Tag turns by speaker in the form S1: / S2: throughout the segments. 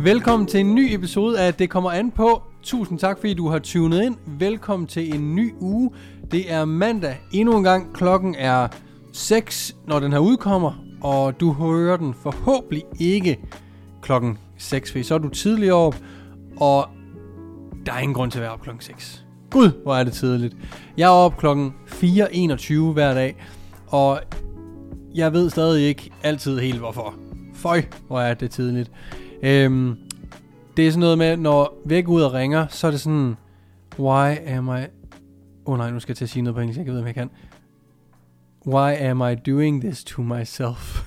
S1: Velkommen til en ny episode af Det Kommer An På. Tusind tak, fordi du har tunet ind. Velkommen til en ny uge. Det er mandag endnu en gang. Klokken er 6, når den her udkommer. Og du hører den forhåbentlig ikke klokken 6, for så er du tidligere op. Og der er ingen grund til at være op klokken 6. Gud, hvor er det tidligt. Jeg er op klokken 4.21 hver dag. Og jeg ved stadig ikke altid helt hvorfor. Føj, hvor er det tidligt. Det er sådan noget med, når vækkeuret ringer, så er det sådan, why am I... nej, nu skal jeg til at sige noget på engelsk, jeg kan vide, om jeg kan. Why am I doing this to myself?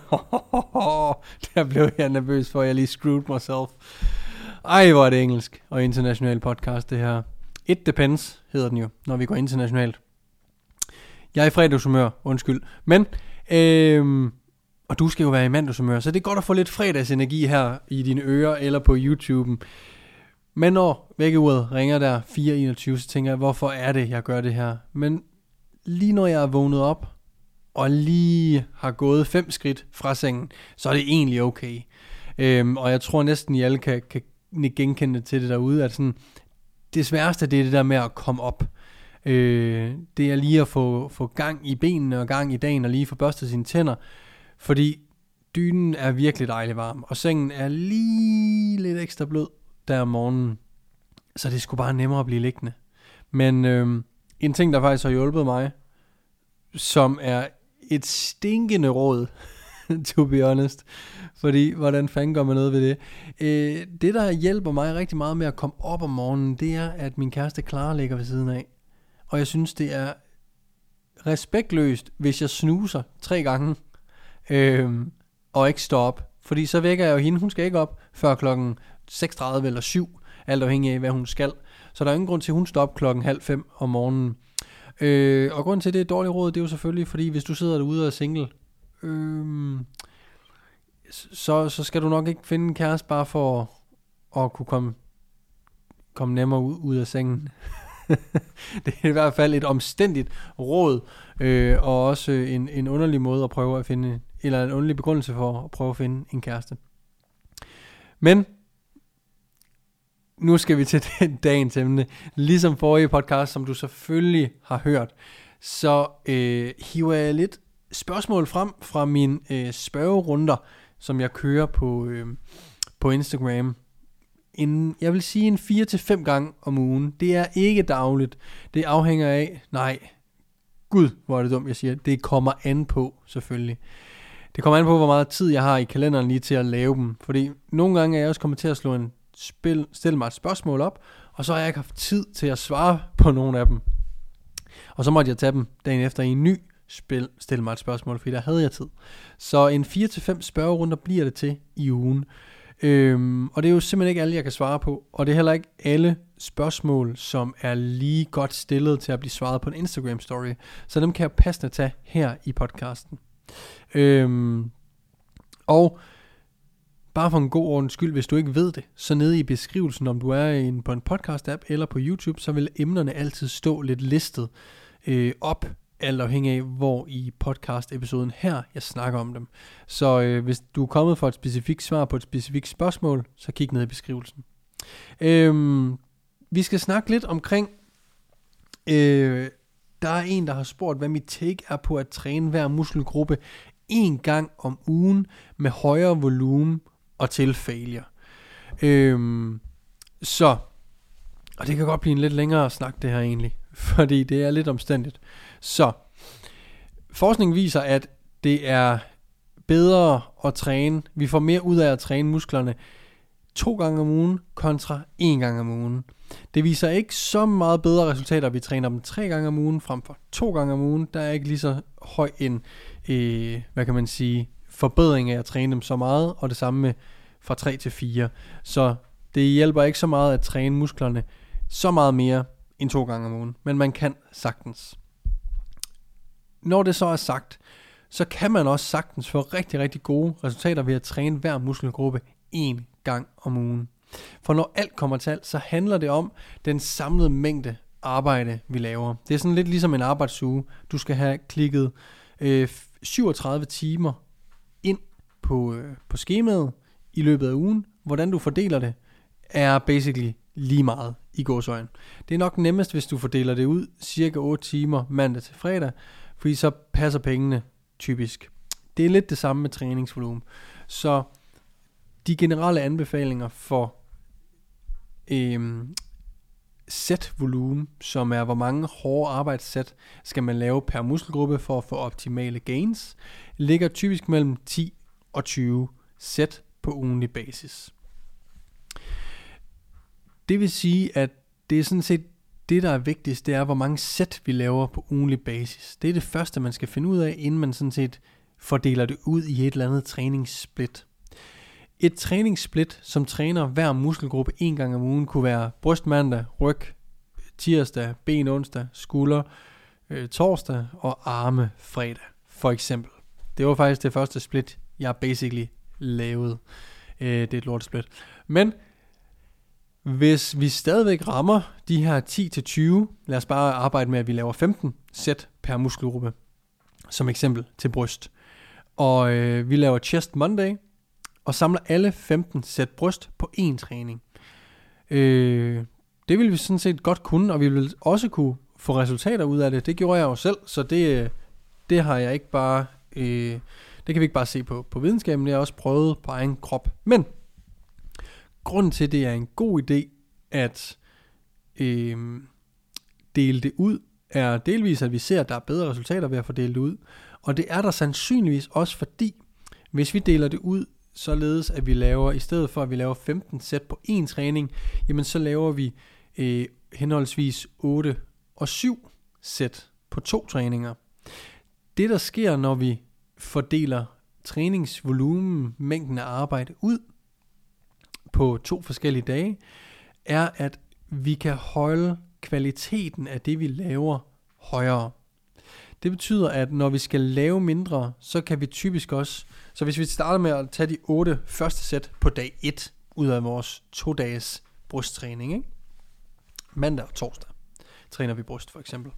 S1: Der blev jeg nervøs for, at jeg lige screwed myself. Ej, hvor er det engelsk og international podcast, det her. It depends, hedder den jo, når vi går internationalt. Jeg er i fredagshumør, undskyld. Men, og du skal jo være i mandagshumør, så det er godt at få lidt fredagsenergi her i dine ører eller på YouTube'en. Men når vækkeuret ringer der 4.21, så tænker jeg, hvorfor er det, jeg gør det her? Men lige når jeg er vågnet op, og lige har gået 5 skridt fra sengen, så er det egentlig okay. Og jeg tror næsten, I alle kan genkende til det derude, at sådan, det sværeste, det er det der med at komme op. Det er lige at få gang i benene og gang i dagen, og lige få børstet sine tænder. Fordi dynen er virkelig dejlig varm, og sengen er lige lidt ekstra blød der om morgenen. Så det skulle bare nemmere at blive liggende. Men en ting, der faktisk har hjulpet mig, som er et stinkende råd, to be honest. Fordi, hvordan fanden gør man noget ved det? Det, der hjælper mig rigtig meget med at komme op om morgenen, det er, at min kæreste Clara ligger ved siden af. Og jeg synes, det er respektløst, hvis jeg snuser 3 gange, og ikke står op. Fordi så vækker jeg jo hende. Hun skal ikke op før klokken 6.30 eller 7, alt afhængig af, hvad hun skal. Så der er ingen grund til, at hun står op klokken 4:30 om morgenen. Og grunden til, at det er et dårligt råd, det er jo selvfølgelig, fordi hvis du sidder derude og er single, så skal du nok ikke finde en kæreste bare for at kunne komme nemmere ud af sengen. Det er i hvert fald et omstændigt råd, og også en underlig måde at prøve at finde, eller en underlig begrundelse for at prøve at finde en kæreste. Men nu skal vi til dagens emne. Ligesom forrige podcast, som du selvfølgelig har hørt, så hiver jeg lidt spørgsmål frem fra mine spørgerunder, som jeg kører på Instagram. Jeg vil sige en 4-5 gange om ugen. Det er ikke dagligt. Det afhænger af... Nej, gud, hvor er det dumt, jeg siger. Det kommer an på, selvfølgelig. Det kommer an på, hvor meget tid jeg har i kalenderen lige til at lave dem. Fordi nogle gange er jeg også kommet til at slå stille mig et spørgsmål op, og så har jeg ikke haft tid til at svare på nogle af dem. Og så måtte jeg tage dem dagen efter i en ny stille mig et spørgsmål, fordi der havde jeg tid. Så en 4-5 spørgerunder bliver det til i ugen. Og det er jo simpelthen ikke alle, jeg kan svare på. Og det er heller ikke alle spørgsmål, som er lige godt stillet til at blive svaret på en Instagram story. Så dem kan jeg passende tage her i podcasten. Og bare for en god ordens skyld, hvis du ikke ved det, så nede i beskrivelsen, om du er på en podcast-app eller på YouTube, så vil emnerne altid stå lidt listet op, alt afhængig af, hvor i podcast-episoden her, jeg snakker om dem. Så hvis du er kommet for et specifikt svar på et specifikt spørgsmål, så kig ned i beskrivelsen. Vi skal snakke lidt omkring, der er en, der har spurgt, hvad mit take er på at træne hver muskelgruppe 1 gang om ugen med højere volumen og til failure. Og det kan godt blive en lidt længere snak det her egentlig, fordi det er lidt omstændigt. Så forskning viser, at det er bedre at træne. Vi får mere ud af at træne musklerne 2 gange om ugen kontra 1 gang om ugen. Det viser ikke så meget bedre resultater, at vi træner dem 3 gange om ugen frem for 2 gange om ugen. Der er ikke lige så høj en, forbedring af at træne dem så meget, og det samme med fra 3 til 4. Så det hjælper ikke så meget at træne musklerne så meget mere end 2 gange om ugen, men man kan sagtens. Når det så er sagt, så kan man også sagtens få rigtig, rigtig gode resultater ved at træne hver muskelgruppe 1 gang om ugen. For når alt kommer til alt, så handler det om den samlede mængde arbejde, vi laver. Det er sådan lidt ligesom en arbejdsuge. Du skal have klikket 37 timer ind på skemaet i løbet af ugen, hvordan du fordeler det, er basically lige meget i gåseøjne. Det er nok nemmest, hvis du fordeler det ud cirka 8 timer mandag til fredag, fordi så passer pengene typisk. Det er lidt det samme med træningsvolumen. Så de generelle anbefalinger for sætvolumen, som er hvor mange hårde arbejdssæt skal man lave per muskelgruppe for at få optimale gains, ligger typisk mellem 10 og 20 sæt på ugentlig basis. Det vil sige, at det er sådan set det, der er vigtigst, det er, hvor mange sæt vi laver på ugentlig basis. Det er det første, man skal finde ud af, inden man sådan set fordeler det ud i et eller andet træningssplit. Et træningssplit, som træner hver muskelgruppe en gang om ugen, kunne være bryst mandag, ryg tirsdag, ben onsdag, skulder torsdag og arme fredag, for eksempel. Det var faktisk det første split, jeg basically lavede. Det er et lortesplit. Men hvis vi stadigvæk rammer de her 10-20, lad os bare arbejde med, at vi laver 15 sæt per muskelgruppe, som eksempel til bryst. Og vi laver chest Monday, og samler alle 15 sæt bryst på én træning. Det vil vi sådan set godt kunne, og vi vil også kunne få resultater ud af det. Det gjorde jeg jo selv, så det har jeg ikke bare, det kan vi ikke bare se på videnskaben, det har jeg også prøvet på egen krop. Men grunden til, det er en god idé at dele det ud, er delvis, at vi ser, at der er bedre resultater ved at fordele det ud. Og det er der sandsynligvis også, fordi hvis vi deler det ud, således at vi laver, i stedet for at vi laver 15 sæt på én træning, jamen så laver vi henholdsvis 8 og 7 sæt på 2 træninger. Det der sker, når vi fordeler træningsvolumen, mængden af arbejde ud på 2 forskellige dage, er at vi kan holde kvaliteten af det vi laver højere. Det betyder, at når vi skal lave mindre, så kan vi typisk også, så hvis vi starter med at tage de 8 første sæt på dag 1 ud af vores 2 dages brysttræning, ikke? Mandag og torsdag træner vi bryst for eksempel.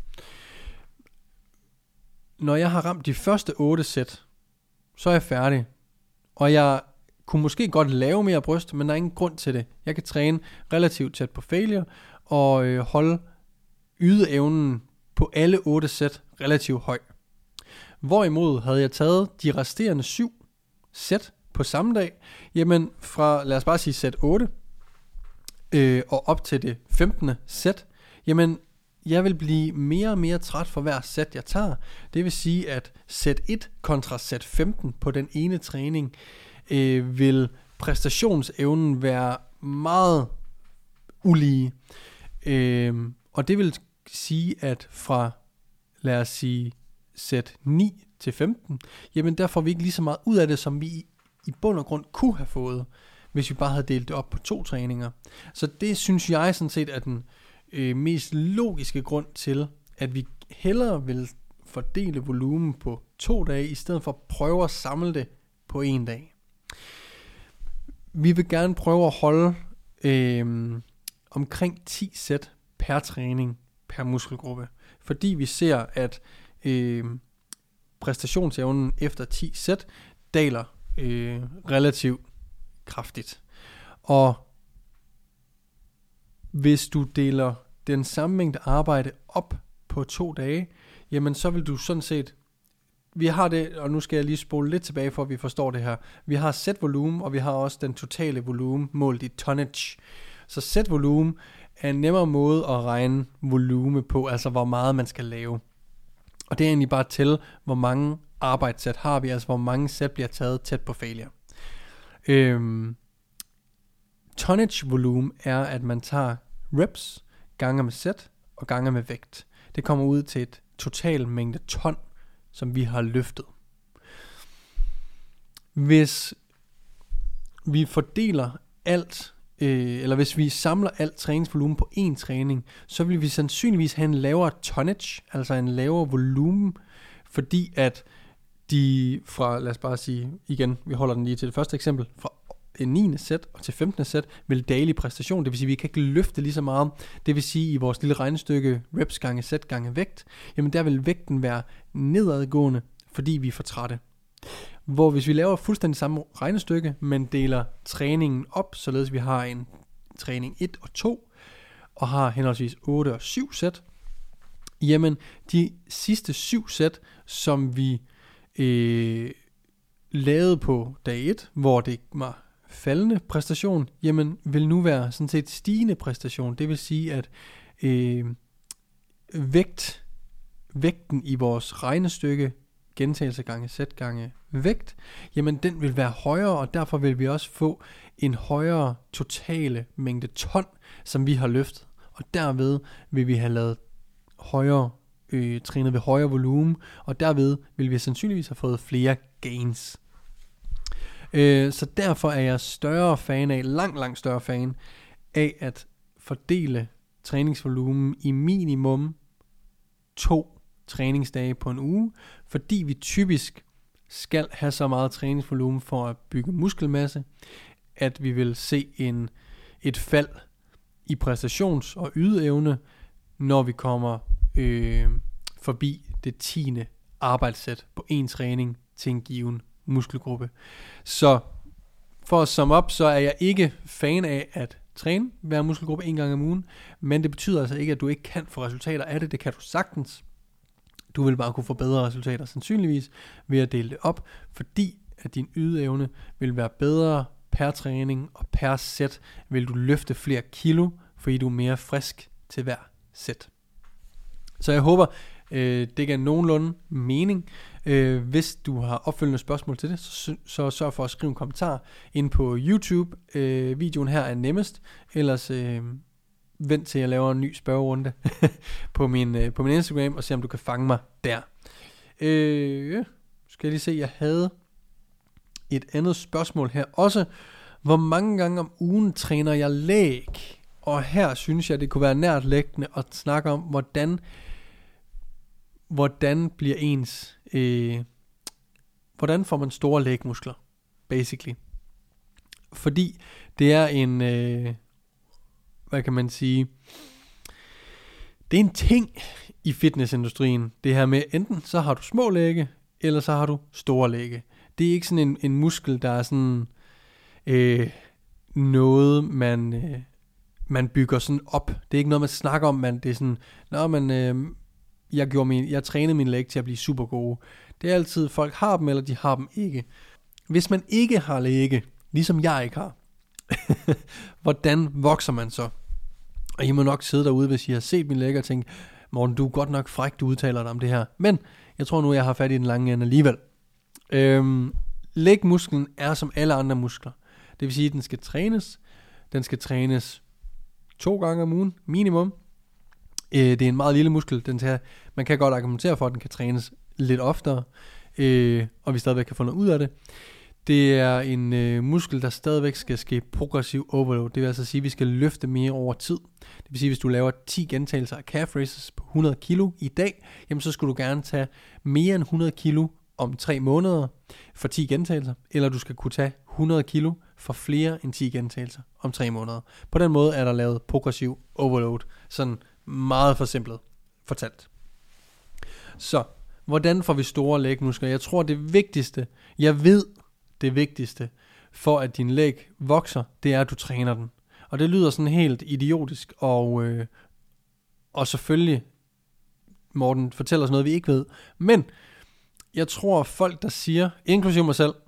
S1: Når jeg har ramt de første 8 sæt, så er jeg færdig. Og jeg kunne måske godt lave mere bryst, men der er ingen grund til det. Jeg kan træne relativt tæt på failure og holde ydeevnen på alle 8 sæt relativt høj. Hvorimod havde jeg taget de resterende 7 sæt på samme dag, jamen fra, lad os bare sige sæt 8, og op til det 15. sæt, jamen jeg vil blive mere og mere træt for hver sæt jeg tager. Det vil sige, at sæt 1 kontra sæt 15 på den ene træning, vil præstationsevnen være meget ulige. Og det vil sige, at fra, lad os sige, sæt 9 til 15, jamen der får vi ikke lige så meget ud af det, som vi i bund og grund kunne have fået, hvis vi bare havde delt det op på 2 træninger. Så det synes jeg sådan set er den mest logiske grund til, at vi hellere vil fordele volumen på 2 dage, i stedet for at prøve at samle det på 1 dag. Vi vil gerne prøve at holde omkring 10 sæt per træning per muskelgruppe, fordi vi ser, at præstationsevnen efter 10 sæt daler relativt kraftigt. Og hvis du deler den samme mængde arbejde op på 2 dage, jamen så vil du sådan set, vi har det, og nu skal jeg lige spole lidt tilbage, for at vi forstår det her. Vi har sætvolumen, og vi har også den totale volumen målt i tonnage. Så sætvolumen er en nemmere måde at regne volume på, altså hvor meget man skal lave. Og det er egentlig bare til, hvor mange arbejdssæt har vi, altså hvor mange sæt bliver taget tæt på failure. Tonnage volumen er, at man tager reps, gange med sæt og gange med vægt. Det kommer ud til et total mængde ton, som vi har løftet. Hvis vi fordeler alt, eller hvis vi samler alt træningsvolumen på én træning, så vil vi sandsynligvis have en lavere tonnage, altså en lavere volumen, fordi at de fra, lad os bare sige igen, vi holder den lige til det første eksempel, fra 9. sæt og til 15. sæt vil daily præstation, det vil sige, at vi kan ikke løfte lige så meget. Det vil sige, i vores lille regnestykke reps gange sæt gange vægt, jamen der vil vægten være nedadgående, fordi vi er for trætte. hvor hvis vi laver fuldstændig samme regnestykke, men deler træningen op, således vi har en træning 1 og 2, og har henholdsvis 8 og 7 sæt, jamen de sidste 7 sæt, som vi lavede på dag 1, hvor det var faldende præstation, jamen vil nu være sådan set stigende præstation. Det vil sige, at vægten i vores regnestykke, gentagelse gange sæt gange vægt, jamen den vil være højere, og derfor vil vi også få en højere totale mængde ton, som vi har løftet, og derved vil vi have lavet højere, trænet ved højere volumen, og derved vil vi sandsynligvis have fået flere gains. Så derfor er jeg langt større fan af at fordele træningsvolumen i minimum 2 træningsdage på en uge, fordi vi typisk skal have så meget træningsvolumen for at bygge muskelmasse, at vi vil se et fald i præstations- og ydeevne, når vi kommer forbi det 10. arbejdssæt på en træning til en given muskelgruppe. Så for at summe op, så er jeg ikke fan af at træne hver muskelgruppe 1 gang om ugen, men det betyder altså ikke, at du ikke kan få resultater af det. Det kan du sagtens. Du vil bare kunne få bedre resultater sandsynligvis ved at dele det op, fordi at din ydeevne vil være bedre per træning, og per sæt vil du løfte flere kilo, fordi du er mere frisk til hver sæt. Så jeg håber, det gav nogenlunde mening. Hvis du har opfølgende spørgsmål til det, så sørg for at skrive en kommentar ind på YouTube. Videoen her er nemmest. Ellers vent til jeg laver en ny spørgerunde på min Instagram, og se om du kan fange mig der. Skal jeg lige se, jeg havde et andet spørgsmål her også. Hvor mange gange om ugen træner jeg læg? Og her synes jeg, det kunne være nærtliggende at snakke om, hvordan bliver ens, hvordan får man store lægmuskler, basically. Fordi det er en, hvad kan man sige, det er en ting i fitnessindustrien, det her med, enten så har du små lægge, eller så har du store lægge. Det er ikke sådan en muskel, der er sådan noget, man bygger sådan op. Det er ikke noget, man snakker om, det er sådan, jeg trænede min læg til at blive super gode. Det er altid, folk har dem, eller de har dem ikke. Hvis man ikke har lægge, ligesom jeg ikke har, hvordan vokser man så? Og I må nok sidde derude, hvis I har set min læg og tænke, Morten, du er godt nok fræk, du udtaler dig om det her. Men jeg tror nu, jeg har fat i den lange ende alligevel. Lægmusklen er som alle andre muskler. Det vil sige, at den skal trænes. Den skal trænes 2 gange om ugen, minimum. Det er en meget lille muskel. Man kan godt argumentere for, at den kan trænes lidt oftere, og vi stadigvæk kan få noget ud af det. Det er en muskel, der stadigvæk skal ske progressiv overload. Det vil altså sige, at vi skal løfte mere over tid. Det vil sige, at hvis du laver 10 gentagelser af calf raises på 100 kilo i dag, jamen så skulle du gerne tage mere end 100 kilo om 3 måneder for 10 gentagelser, eller du skal kunne tage 100 kilo for flere end 10 gentagelser om 3 måneder. På den måde er der lavet progressiv overload, sådan meget forsimplet fortalt. Så, hvordan får vi store lægmuskler? Jeg tror det vigtigste for at din læg vokser, det er at du træner den. Og det lyder sådan helt idiotisk, og selvfølgelig, Morten fortæller os noget vi ikke ved, men jeg tror folk der siger, inklusive mig selv,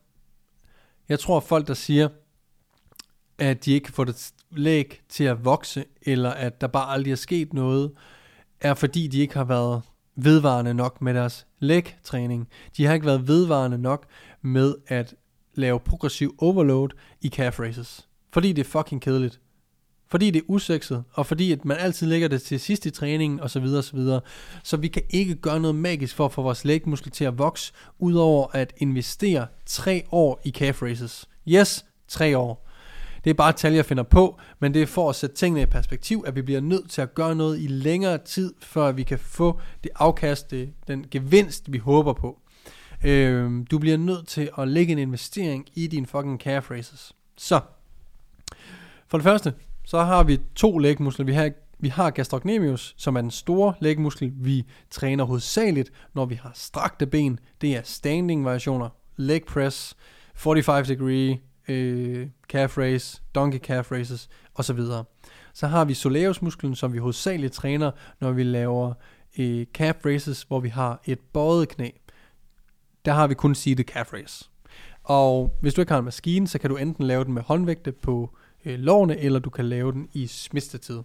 S1: at de ikke kan få det læg til at vokse, eller at der bare aldrig er sket noget, er fordi de ikke har været vedvarende nok med deres lægtræning. De har ikke været vedvarende nok med at lave progressiv overload i calf raises. Fordi det er fucking kedeligt. Fordi det er usekset, og fordi at man altid lægger det til sidst i træningen, og så videre, og så videre. Så vi kan ikke gøre noget magisk for at få vores lægmuskel til at vokse, udover at investere 3 år i calf raises. Yes, 3 år. Det er bare et tal, jeg finder på, men det er for at sætte tingene i perspektiv, at vi bliver nødt til at gøre noget i længere tid, før vi kan få det afkast, den gevinst, vi håber på. Du bliver nødt til at lægge en investering i dine fucking calf raises. Så, for det første, så har vi 2 lægmuskler. Vi har gastrocnemius, som er den store lægmuskel, vi træner hovedsageligt, når vi har strakte ben. Det er standing variationer, leg press, 45 degree, calf raise, donkey calf raises osv. Så har vi soleusmusklen, som vi hovedsageligt træner, når vi laver calf raises, hvor vi har et bøjet knæ. Der har vi kun seated calf raise. Og hvis du ikke har en maskine, så kan du enten lave den med håndvægte på lårene, eller du kan lave den i Smith-stativ.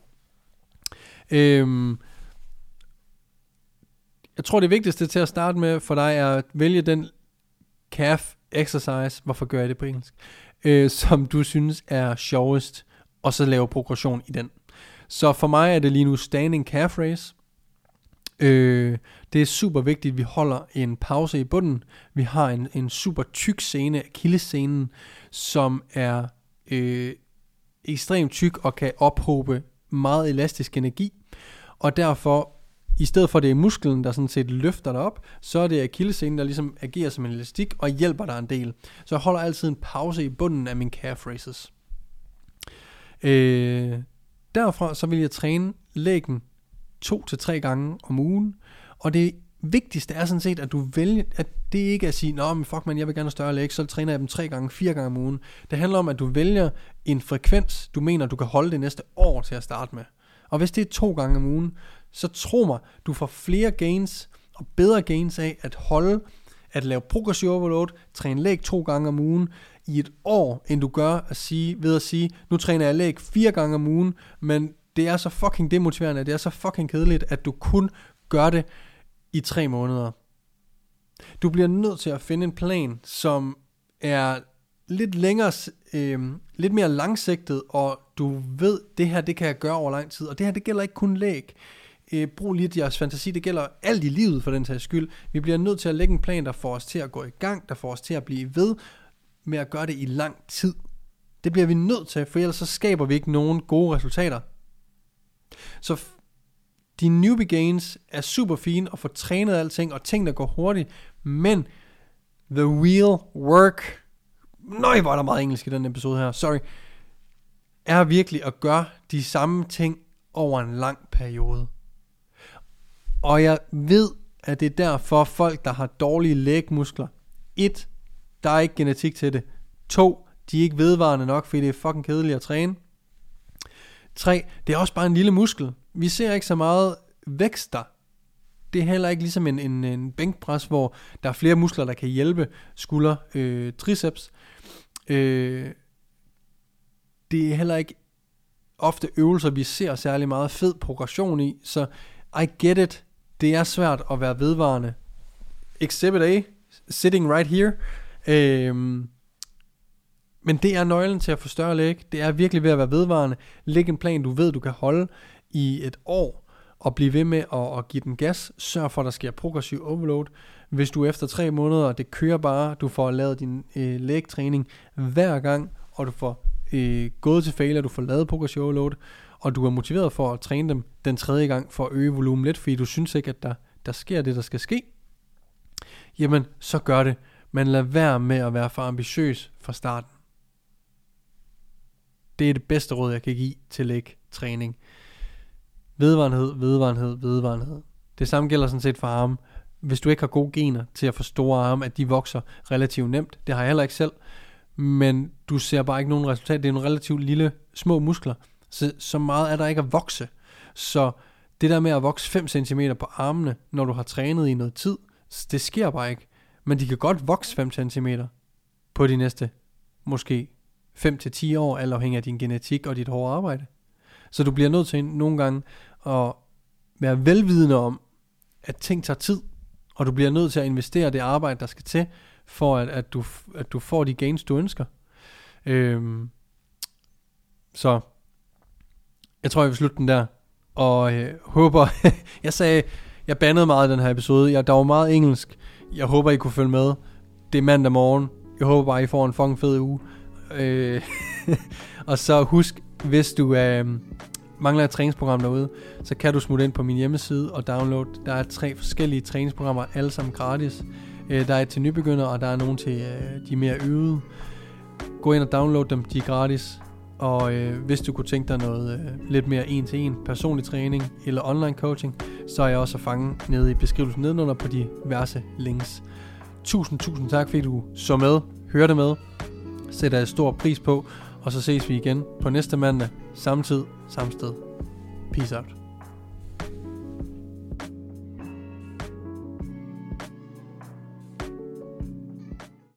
S1: Jeg tror det vigtigste til at starte med for dig er at vælge den calf exercise, hvorfor gør jeg det på engelsk, som du synes er sjovest, og så lave progression i den. Så for mig er det lige nu standing calf raise. Det er super vigtigt, at vi holder en pause i bunden. Vi har en super tyk sene, akillessenen, som er ekstremt tyk og kan ophobe meget elastisk energi. Og derfor, i stedet for det er musklen, der sådan set løfter dig op, så er det akillessenen, der ligesom agerer som en elastik og hjælper dig en del. Så jeg holder altid en pause i bunden af mine calf raises. Derfra så vil jeg træne læggen 2-3 gange om ugen, og det vigtigste er sådan set, at du vælger, at det ikke er at sige, nå, men fuck man, jeg vil gerne have større læg, så træner jeg dem 3 gange, 4 gange om ugen. Det handler om, at du vælger en frekvens, du mener, du kan holde det næste år til at starte med. Og hvis det er 2 gange om ugen, så tro mig, du får flere gains og bedre gains af at lave progressive overload, træne læg 2 gange om ugen i et år, end du gør ved at sige, nu træner jeg læg 4 gange om ugen, men det er så fucking demotiverende, det er så fucking kedeligt, at du kun gør det i 3 måneder. Du bliver nødt til at finde en plan, som er lidt længere, lidt mere langsigtet, og du ved, det her, det kan jeg gøre over lang tid, og det her, det gælder ikke kun læg. Brug lidt jeres fantasi, det gælder alt i livet for den sags skyld. Vi bliver nødt til at lægge en plan, der får os til at gå i gang, der får os til at blive ved med at gøre det i lang tid. Det bliver vi nødt til, for ellers så skaber vi ikke nogen gode resultater. Så de newbie gains er super fine at få trænet alting, og ting der går hurtigt, men the real work, nøj hvor er der meget engelsk i den episode her, sorry, er virkelig at gøre de samme ting over en lang periode. Og jeg ved, at det er derfor folk, der har dårlige lægmuskler, 1, der er ikke genetik til det, 2, de er ikke vedvarende nok, fordi det er fucking kedeligt at træne, 3, det er også bare en lille muskel. Vi ser ikke så meget vækst der. Det er heller ikke ligesom en bænkpres, hvor der er flere muskler, der kan hjælpe skulder, triceps. Det er heller ikke ofte øvelser, vi ser særlig meget fed progression i. Så I get it. Det er svært at være vedvarende. Exhibit A, sitting right here. Men det er nøglen til at få større læg. Det er virkelig ved at være vedvarende. Læg en plan, du ved, du kan holde i et år, og blive ved med at give den gas. Sørg for, at der sker progressiv overload. Hvis du efter 3 måneder, det kører bare, du får lavet din lægtræning hver gang, og du får gået til failure, du får lavet progressiv overload, og du er motiveret for at træne dem den 3. gang for at øge volumen lidt, fordi du synes ikke, at der sker det, der skal ske, jamen så gør det. Men lad være med at være for ambitiøs fra starten. Det er det bedste råd, jeg kan give til lægtræning. Vedvarenhed. Det samme gælder sådan set for arme. Hvis du ikke har gode gener til at få store arme, at de vokser relativt nemt. Det har jeg heller ikke selv. Men du ser bare ikke nogen resultat. Det er nogle relativt lille, små muskler. Så meget er der ikke at vokse. Så det der med at vokse 5 cm på armene, når du har trænet i noget tid, det sker bare ikke. Men de kan godt vokse 5 cm på de næste, måske 5-10 år, alt afhængig af din genetik og dit hårde arbejde. Så du bliver nødt til nogle gange at være velvidende om, at ting tager tid, og du bliver nødt til at investere det arbejde, der skal til, for at du får de gains, du ønsker. Så jeg tror, jeg vil slutte den der, og håber, jeg bandede meget i den her episode, der var meget engelsk, jeg håber, I kunne følge med. Det er mandag morgen, jeg håber bare, I får en fucking fed uge. Og så husk, hvis du mangler et træningsprogram derude, så kan du smutte ind på min hjemmeside og download. Der er 3 forskellige træningsprogrammer, alle sammen gratis. Der er et til nybegyndere, og der er nogle til de mere øvede. Gå ind og download dem, de er gratis. Og hvis du kunne tænke dig noget lidt mere 1-til-1 personlig træning eller online coaching, så er jeg også at fange nede i beskrivelsen nedenunder på diverse links. tusind tak, fordi du så med, hørte med. Sætter jeg stor pris på. Og så ses vi igen på næste mandag. Samme tid, samme sted. Peace out.